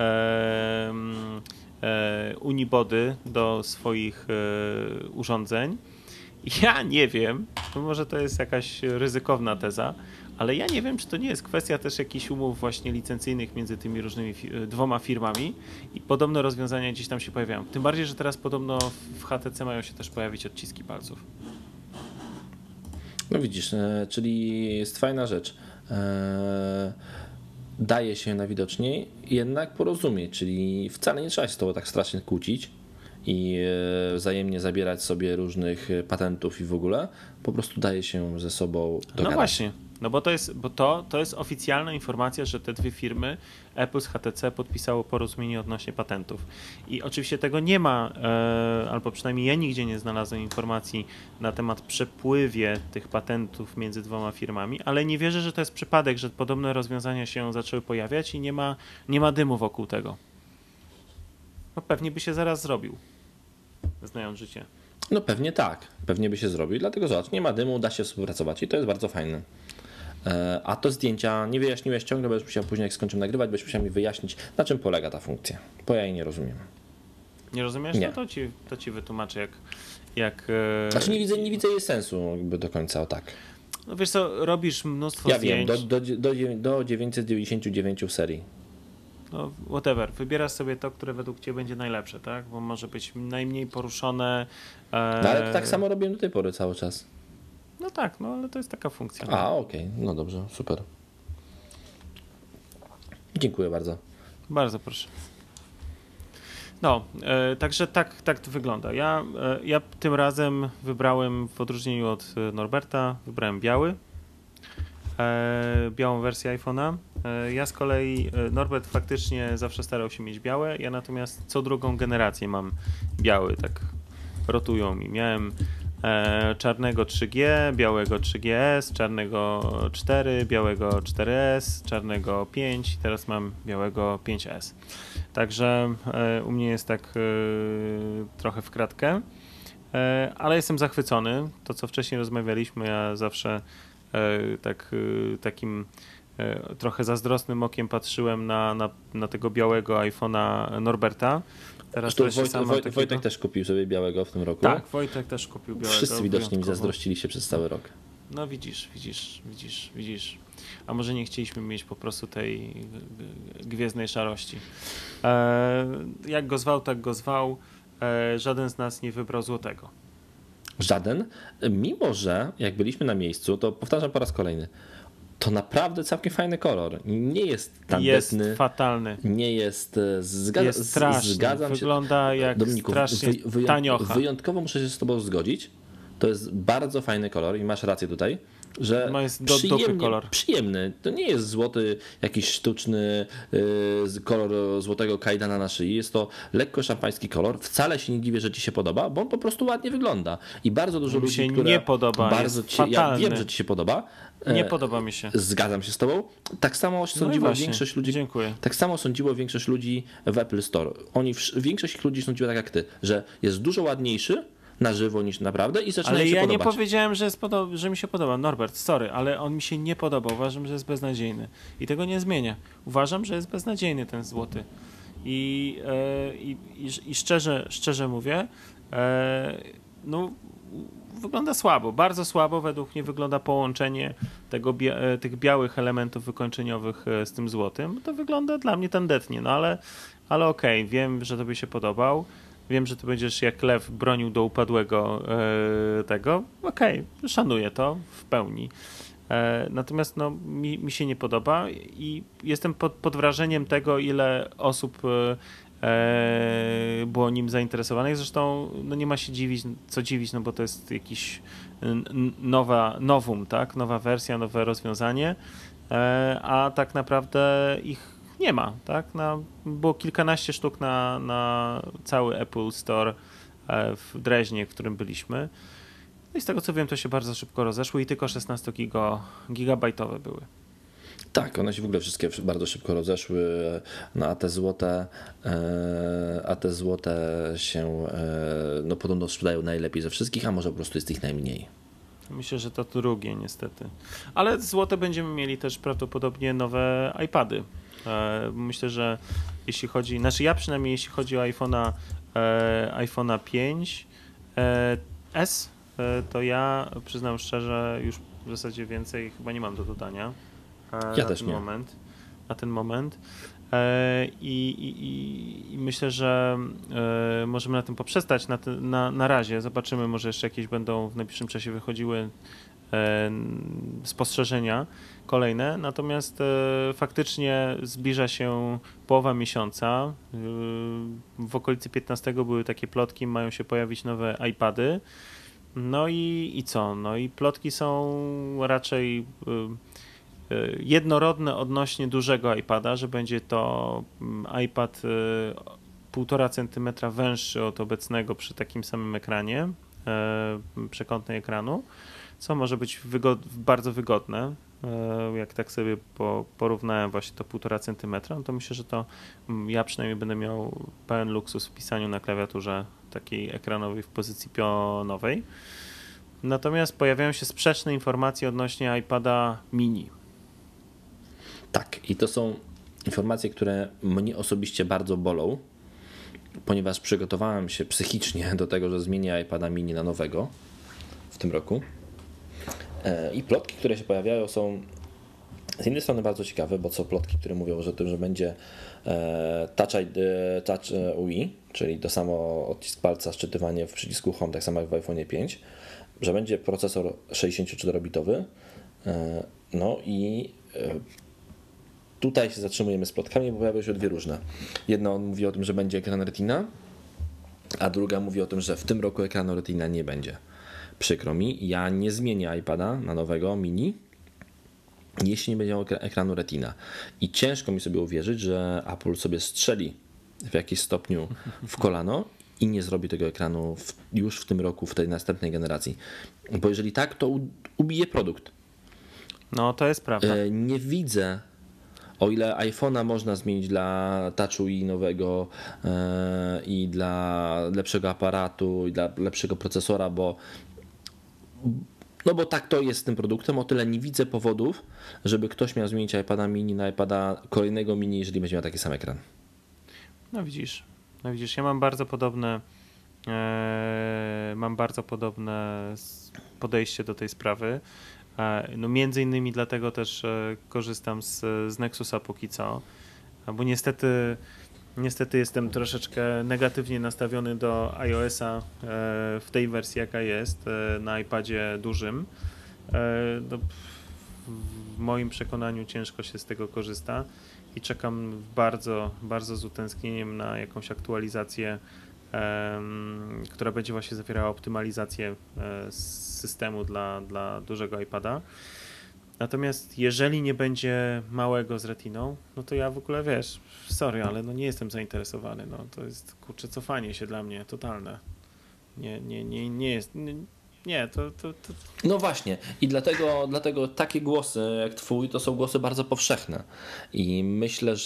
unibody do swoich urządzeń. Ja nie wiem, może to jest jakaś ryzykowna teza, ale ja nie wiem, czy to nie jest kwestia też jakichś umów właśnie licencyjnych między tymi różnymi dwoma firmami i podobne rozwiązania gdzieś tam się pojawiają. Tym bardziej, że teraz podobno w HTC mają się też pojawić odciski palców. No widzisz, czyli jest fajna rzecz. Daje się najwidoczniej jednak porozumieć, czyli wcale nie trzeba się z tobą tak strasznie kłócić i wzajemnie zabierać sobie różnych patentów i w ogóle, po prostu daje się ze sobą dogadać. No właśnie, no bo to jest oficjalna informacja, że te dwie firmy, Apple z HTC, podpisało porozumienie odnośnie patentów. I oczywiście tego nie ma, albo przynajmniej ja nigdzie nie znalazłem informacji na temat przepływie tych patentów między dwoma firmami, ale nie wierzę, że to jest przypadek, że podobne rozwiązania się zaczęły pojawiać i nie ma dymu wokół tego. No pewnie by się zaraz zrobił, znając życie. No pewnie tak, pewnie by się zrobił, dlatego zobacz, nie ma dymu, da się współpracować i to jest bardzo fajne. A to zdjęcia nie wyjaśniłeś ciągle, będziesz musiał później, jak skończymy nagrywać, będziesz musiał mi wyjaśnić, na czym polega ta funkcja, bo ja jej nie rozumiem. Nie rozumiesz? Nie. No to ci wytłumaczę, jak Znaczy nie widzę jej sensu jakby do końca, o tak. No wiesz co, robisz mnóstwo zdjęć. Wiem, do 999 serii. No whatever, wybierasz sobie to, które według ciebie będzie najlepsze, tak? Bo może być najmniej poruszone. No ale to tak samo robiłem do tej pory cały czas. No tak, no ale to jest taka funkcja. Okej. No dobrze, super. Dziękuję bardzo. Bardzo proszę. No, także tak to wygląda. Ja tym razem wybrałem, w odróżnieniu od Norberta, wybrałem białą wersję iPhone'a. Ja z kolei, Norbert faktycznie zawsze starał się mieć białe, ja natomiast co drugą generację mam biały, tak rotują mi. Miałem czarnego 3G, białego 3GS, czarnego 4, białego 4S, czarnego 5, teraz mam białego 5S. Także u mnie jest tak trochę w kratkę, ale jestem zachwycony. To, co wcześniej rozmawialiśmy, ja zawsze takim trochę zazdrosnym okiem patrzyłem na tego białego iPhone'a Norberta. Teraz Wojtek też kupił sobie białego w tym roku. Tak, Wojtek też kupił białego. Wszyscy widocznie mi zazdrościli się przez cały rok. No widzisz. A może nie chcieliśmy mieć po prostu tej gwiezdnej szarości. Jak go zwał, tak go zwał. Żaden z nas nie wybrał złotego. Żaden, mimo że jak byliśmy na miejscu, to powtarzam po raz kolejny, to naprawdę całkiem fajny kolor. Nie jest tandetny. Jest fatalny. Nie jest... Jest straszny. Zgadzam się. Wygląda jak Dominiku, strasznie taniocha. Wyjątkowo muszę się z tobą zgodzić. To jest bardzo fajny kolor i masz rację tutaj, że jest kolor. Przyjemny. To nie jest złoty, jakiś sztuczny kolor złotego kajdana na szyi. Jest to lekko szampański kolor. Wcale się nie dziwię, że ci się podoba, bo on po prostu ładnie wygląda. I bardzo dużo ludzi, się nie podoba. Bardzo ja wiem, że ci się podoba. Nie podoba mi się. Zgadzam się z tobą. Tak samo sądziło większość ludzi. Dziękuję. Tak samo sądziło większość ludzi w Apple Store. Większość ludzi sądziła tak jak ty, że jest dużo ładniejszy na żywo niż naprawdę i zaczyna się podobać. Ale ja nie powiedziałem, że mi się podoba. Norbert, sorry, ale on mi się nie podoba. Uważam, że jest beznadziejny. I tego nie zmienię. Uważam, że jest beznadziejny ten złoty. I szczerze mówię, no wygląda słabo. Bardzo słabo według mnie wygląda połączenie tych białych elementów wykończeniowych z tym złotym. To wygląda dla mnie tandetnie, no ale okej, wiem, że tobie się podobał. Wiem, że ty będziesz jak lew bronił do upadłego tego. Okej, szanuję to w pełni. Natomiast no, mi się nie podoba i jestem pod wrażeniem tego, ile osób było nim zainteresowanych. Zresztą no, nie ma się dziwić, no bo to jest jakiś nowum, tak? Nowa wersja, nowe rozwiązanie, a tak naprawdę ich nie ma, tak? Było kilkanaście sztuk na cały Apple Store w Dreźnie, w którym byliśmy. No i z tego co wiem, to się bardzo szybko rozeszły i tylko 16-gigabajtowe były. Tak, one się w ogóle wszystkie bardzo szybko rozeszły, no, a te złote się no, podobno sprzedają najlepiej ze wszystkich, a może po prostu jest ich najmniej. Myślę, że to drugie niestety. Ale złote będziemy mieli też prawdopodobnie nowe iPady. Myślę, że jeśli chodzi, ja przynajmniej jeśli chodzi o iPhone'a 5 S, to ja przyznam szczerze, już w zasadzie więcej chyba nie mam do dodania. Ja też nie. Na ten moment. I myślę, że możemy na tym poprzestać na razie. Zobaczymy, może jeszcze jakieś będą w najbliższym czasie wychodziły spostrzeżenia kolejne. Natomiast faktycznie zbliża się połowa miesiąca. W okolicy 15 były takie plotki, mają się pojawić nowe iPady. No i co? No i plotki są raczej jednorodne odnośnie dużego iPada, że będzie to iPad 1,5 cm węższy od obecnego przy takim samym ekranie, przekątnej ekranu, co może być bardzo wygodne. Jak tak sobie porównałem właśnie to 1,5 cm, no to myślę, że to ja przynajmniej będę miał pełen luksus w pisaniu na klawiaturze takiej ekranowej w pozycji pionowej. Natomiast pojawiają się sprzeczne informacje odnośnie iPada mini. Tak, i to są informacje, które mnie osobiście bardzo bolą, ponieważ przygotowałem się psychicznie do tego, że zmienię iPada mini na nowego w tym roku. I plotki, które się pojawiają, są z jednej strony bardzo ciekawe, bo są plotki, które mówią o tym, że będzie Touch UI, czyli to samo odcisk palca, szczytywanie w przycisku Home, tak samo jak w iPhone 5, że będzie procesor 64-bitowy. No i tutaj się zatrzymujemy z plotkami, bo pojawiają się dwie różne. Jedna on mówi o tym, że będzie ekran Retina, a druga mówi o tym, że w tym roku ekranu Retina nie będzie. Przykro mi, ja nie zmienię iPada na nowego mini, jeśli nie będzie miał ekranu Retina. I ciężko mi sobie uwierzyć, że Apple sobie strzeli w jakimś stopniu w kolano i nie zrobi tego ekranu już w tym roku, w tej następnej generacji. Bo jeżeli tak, to ubije produkt. No, to jest prawda. Nie widzę, o ile iPhone'a można zmienić dla Touch UI nowego i dla lepszego aparatu i dla lepszego procesora, bo No bo tak to jest z tym produktem, o tyle nie widzę powodów, żeby ktoś miał zmienić iPada mini na iPada kolejnego mini, jeżeli będzie miał taki sam ekran. No widzisz, ja mam bardzo podobne podejście do tej sprawy. No między innymi dlatego też korzystam z Nexusa póki co, bo niestety jestem troszeczkę negatywnie nastawiony do iOS-a w tej wersji jaka jest na iPadzie dużym. No, w moim przekonaniu ciężko się z tego korzysta i czekam bardzo, bardzo z utęsknieniem na jakąś aktualizację, która będzie właśnie zawierała optymalizację systemu dla dużego iPada. Natomiast jeżeli nie będzie małego z retiną, no to ja w ogóle, wiesz, sorry, ale no nie jestem zainteresowany. No, to jest, kurczę, cofanie się dla mnie totalne. Nie jest... Nie, to... No właśnie i dlatego takie głosy jak twój to są głosy bardzo powszechne i myślę,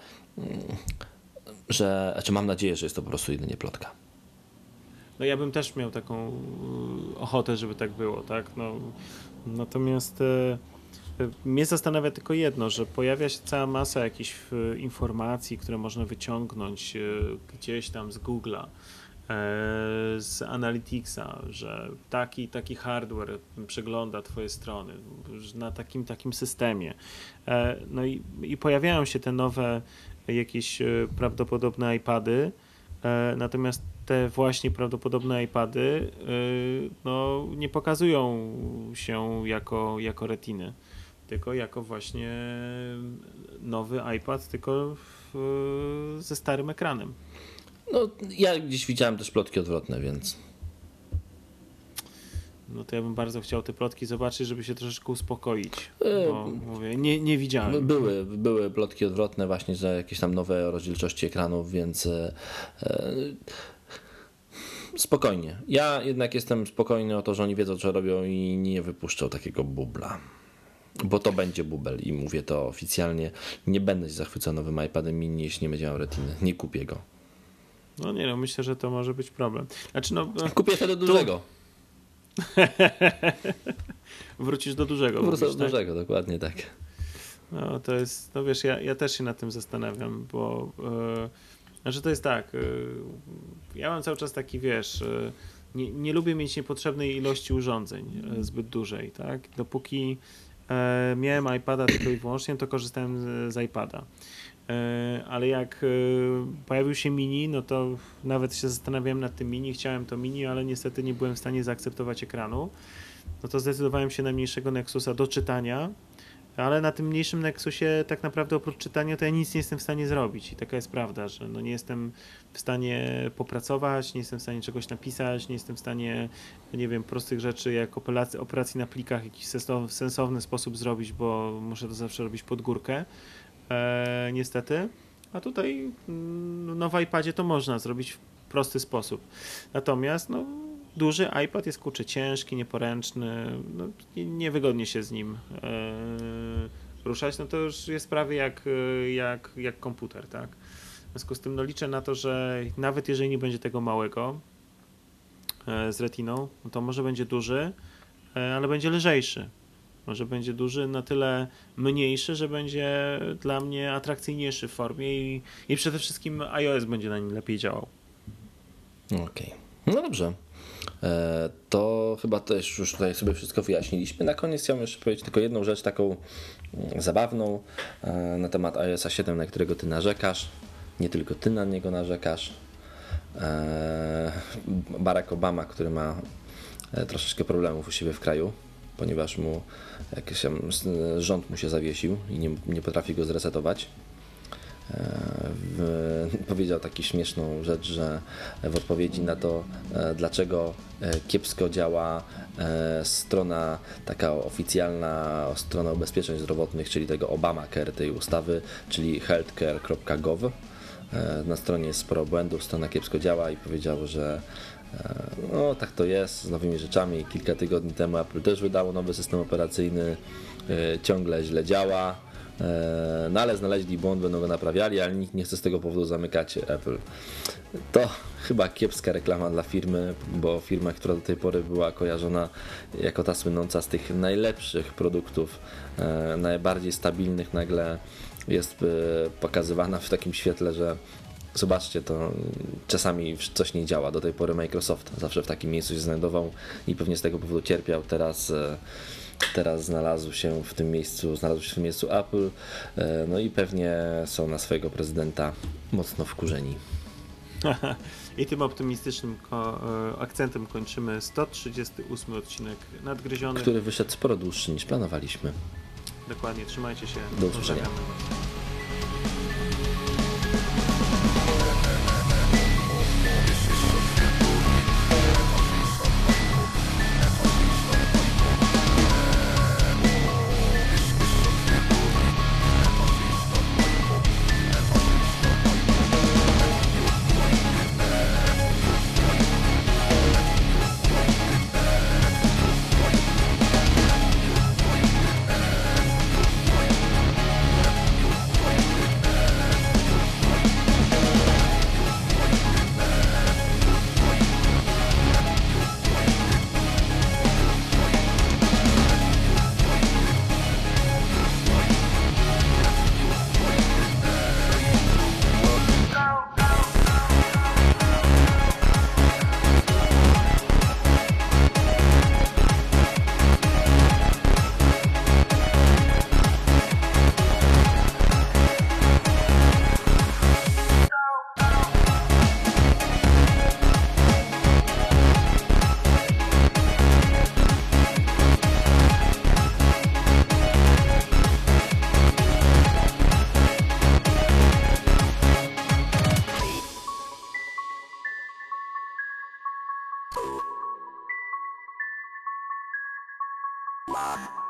znaczy mam nadzieję, że jest to po prostu jedynie plotka. No ja bym też miał taką ochotę, żeby tak było, tak? No, natomiast mnie zastanawia tylko jedno, że pojawia się cała masa jakichś informacji, które można wyciągnąć gdzieś tam z Google'a, z Analyticsa, że taki hardware przegląda twoje strony na takim systemie. No i pojawiają się te nowe jakieś prawdopodobne iPady, natomiast te właśnie prawdopodobne iPady no, nie pokazują się jako retiny, tylko jako właśnie nowy iPad, tylko ze starym ekranem. No, ja gdzieś widziałem też plotki odwrotne, więc... No to ja bym bardzo chciał te plotki zobaczyć, żeby się troszeczkę uspokoić, bo mówię, nie widziałem. Były plotki odwrotne właśnie, że jakieś tam nowe rozdzielczości ekranów, więc spokojnie. Ja jednak jestem spokojny o to, że oni wiedzą, co robią i nie wypuszczą takiego bubla. Bo to będzie bubel i mówię to oficjalnie. Nie będę się zachwycał nowym iPadem mini, jeśli nie będzie miał retiny. Nie kupię go. No nie, no myślę, że to może być problem. Znaczy, no, kupię wtedy dużego. Wrócisz do dużego. Wrócę do dużego, dokładnie tak. No to jest, no wiesz, ja też się nad tym zastanawiam, bo znaczy to jest tak, ja mam cały czas taki, wiesz, nie lubię mieć niepotrzebnej ilości urządzeń zbyt dużej, tak? Dopóki miałem iPada tylko i wyłącznie, to korzystałem z iPada. Ale jak pojawił się mini, no to nawet się zastanawiałem nad tym mini, chciałem to mini, ale niestety nie byłem w stanie zaakceptować ekranu. No to zdecydowałem się na mniejszego Nexusa do czytania, ale na tym mniejszym Nexusie tak naprawdę oprócz czytania to ja nic nie jestem w stanie zrobić i taka jest prawda, że no nie jestem w stanie popracować, nie jestem w stanie czegoś napisać, nie jestem w stanie, nie wiem, prostych rzeczy jak operacji na plikach w jakiś sensowny sposób zrobić, bo muszę to zawsze robić pod górkę. Niestety, a tutaj no, w iPadzie to można zrobić w prosty sposób. Natomiast no, duży iPad jest kurczę ciężki, nieporęczny, no, niewygodnie się z nim ruszać, no to już jest prawie jak komputer, tak? W związku z tym no, liczę na to, że nawet jeżeli nie będzie tego małego z retiną, no to może będzie duży, ale będzie lżejszy. Może będzie duży, na tyle mniejszy, że będzie dla mnie atrakcyjniejszy w formie i przede wszystkim iOS będzie na nim lepiej działał. Okej. No dobrze. To chyba też już tutaj sobie wszystko wyjaśniliśmy. Na koniec chciałbym jeszcze powiedzieć tylko jedną rzecz taką zabawną na temat iOS 7, na którego ty narzekasz. Nie tylko ty na niego narzekasz. Barack Obama, który ma troszeczkę problemów u siebie w kraju, ponieważ mu jakiś rząd mu się zawiesił i nie potrafi go zresetować. Powiedział taką śmieszną rzecz, że w odpowiedzi na to, dlaczego kiepsko działa strona, taka oficjalna strona ubezpieczeń zdrowotnych, czyli tego Obamacare, tej ustawy, czyli healthcare.gov. Na stronie jest sporo błędów, strona kiepsko działa i powiedział, że no tak to jest z nowymi rzeczami. Kilka tygodni temu Apple też wydało nowy system operacyjny, ciągle źle działa. No ale znaleźli błąd, będą go naprawiali, ale nikt nie chce z tego powodu zamykać Apple. To chyba kiepska reklama dla firmy, bo firma, która do tej pory była kojarzona jako ta słynąca z tych najlepszych produktów, najbardziej stabilnych, nagle jest pokazywana w takim świetle, że zobaczcie, to czasami coś nie działa. Do tej pory Microsoft zawsze w takim miejscu się znajdował i pewnie z tego powodu cierpiał. Teraz znalazł się w tym miejscu Apple, no i pewnie są na swojego prezydenta mocno wkurzeni. I tym optymistycznym akcentem kończymy 138 odcinek Nadgryziony, który wyszedł sporo dłuższy niż planowaliśmy. Dokładnie, trzymajcie się. Do usłyszenia. Wow.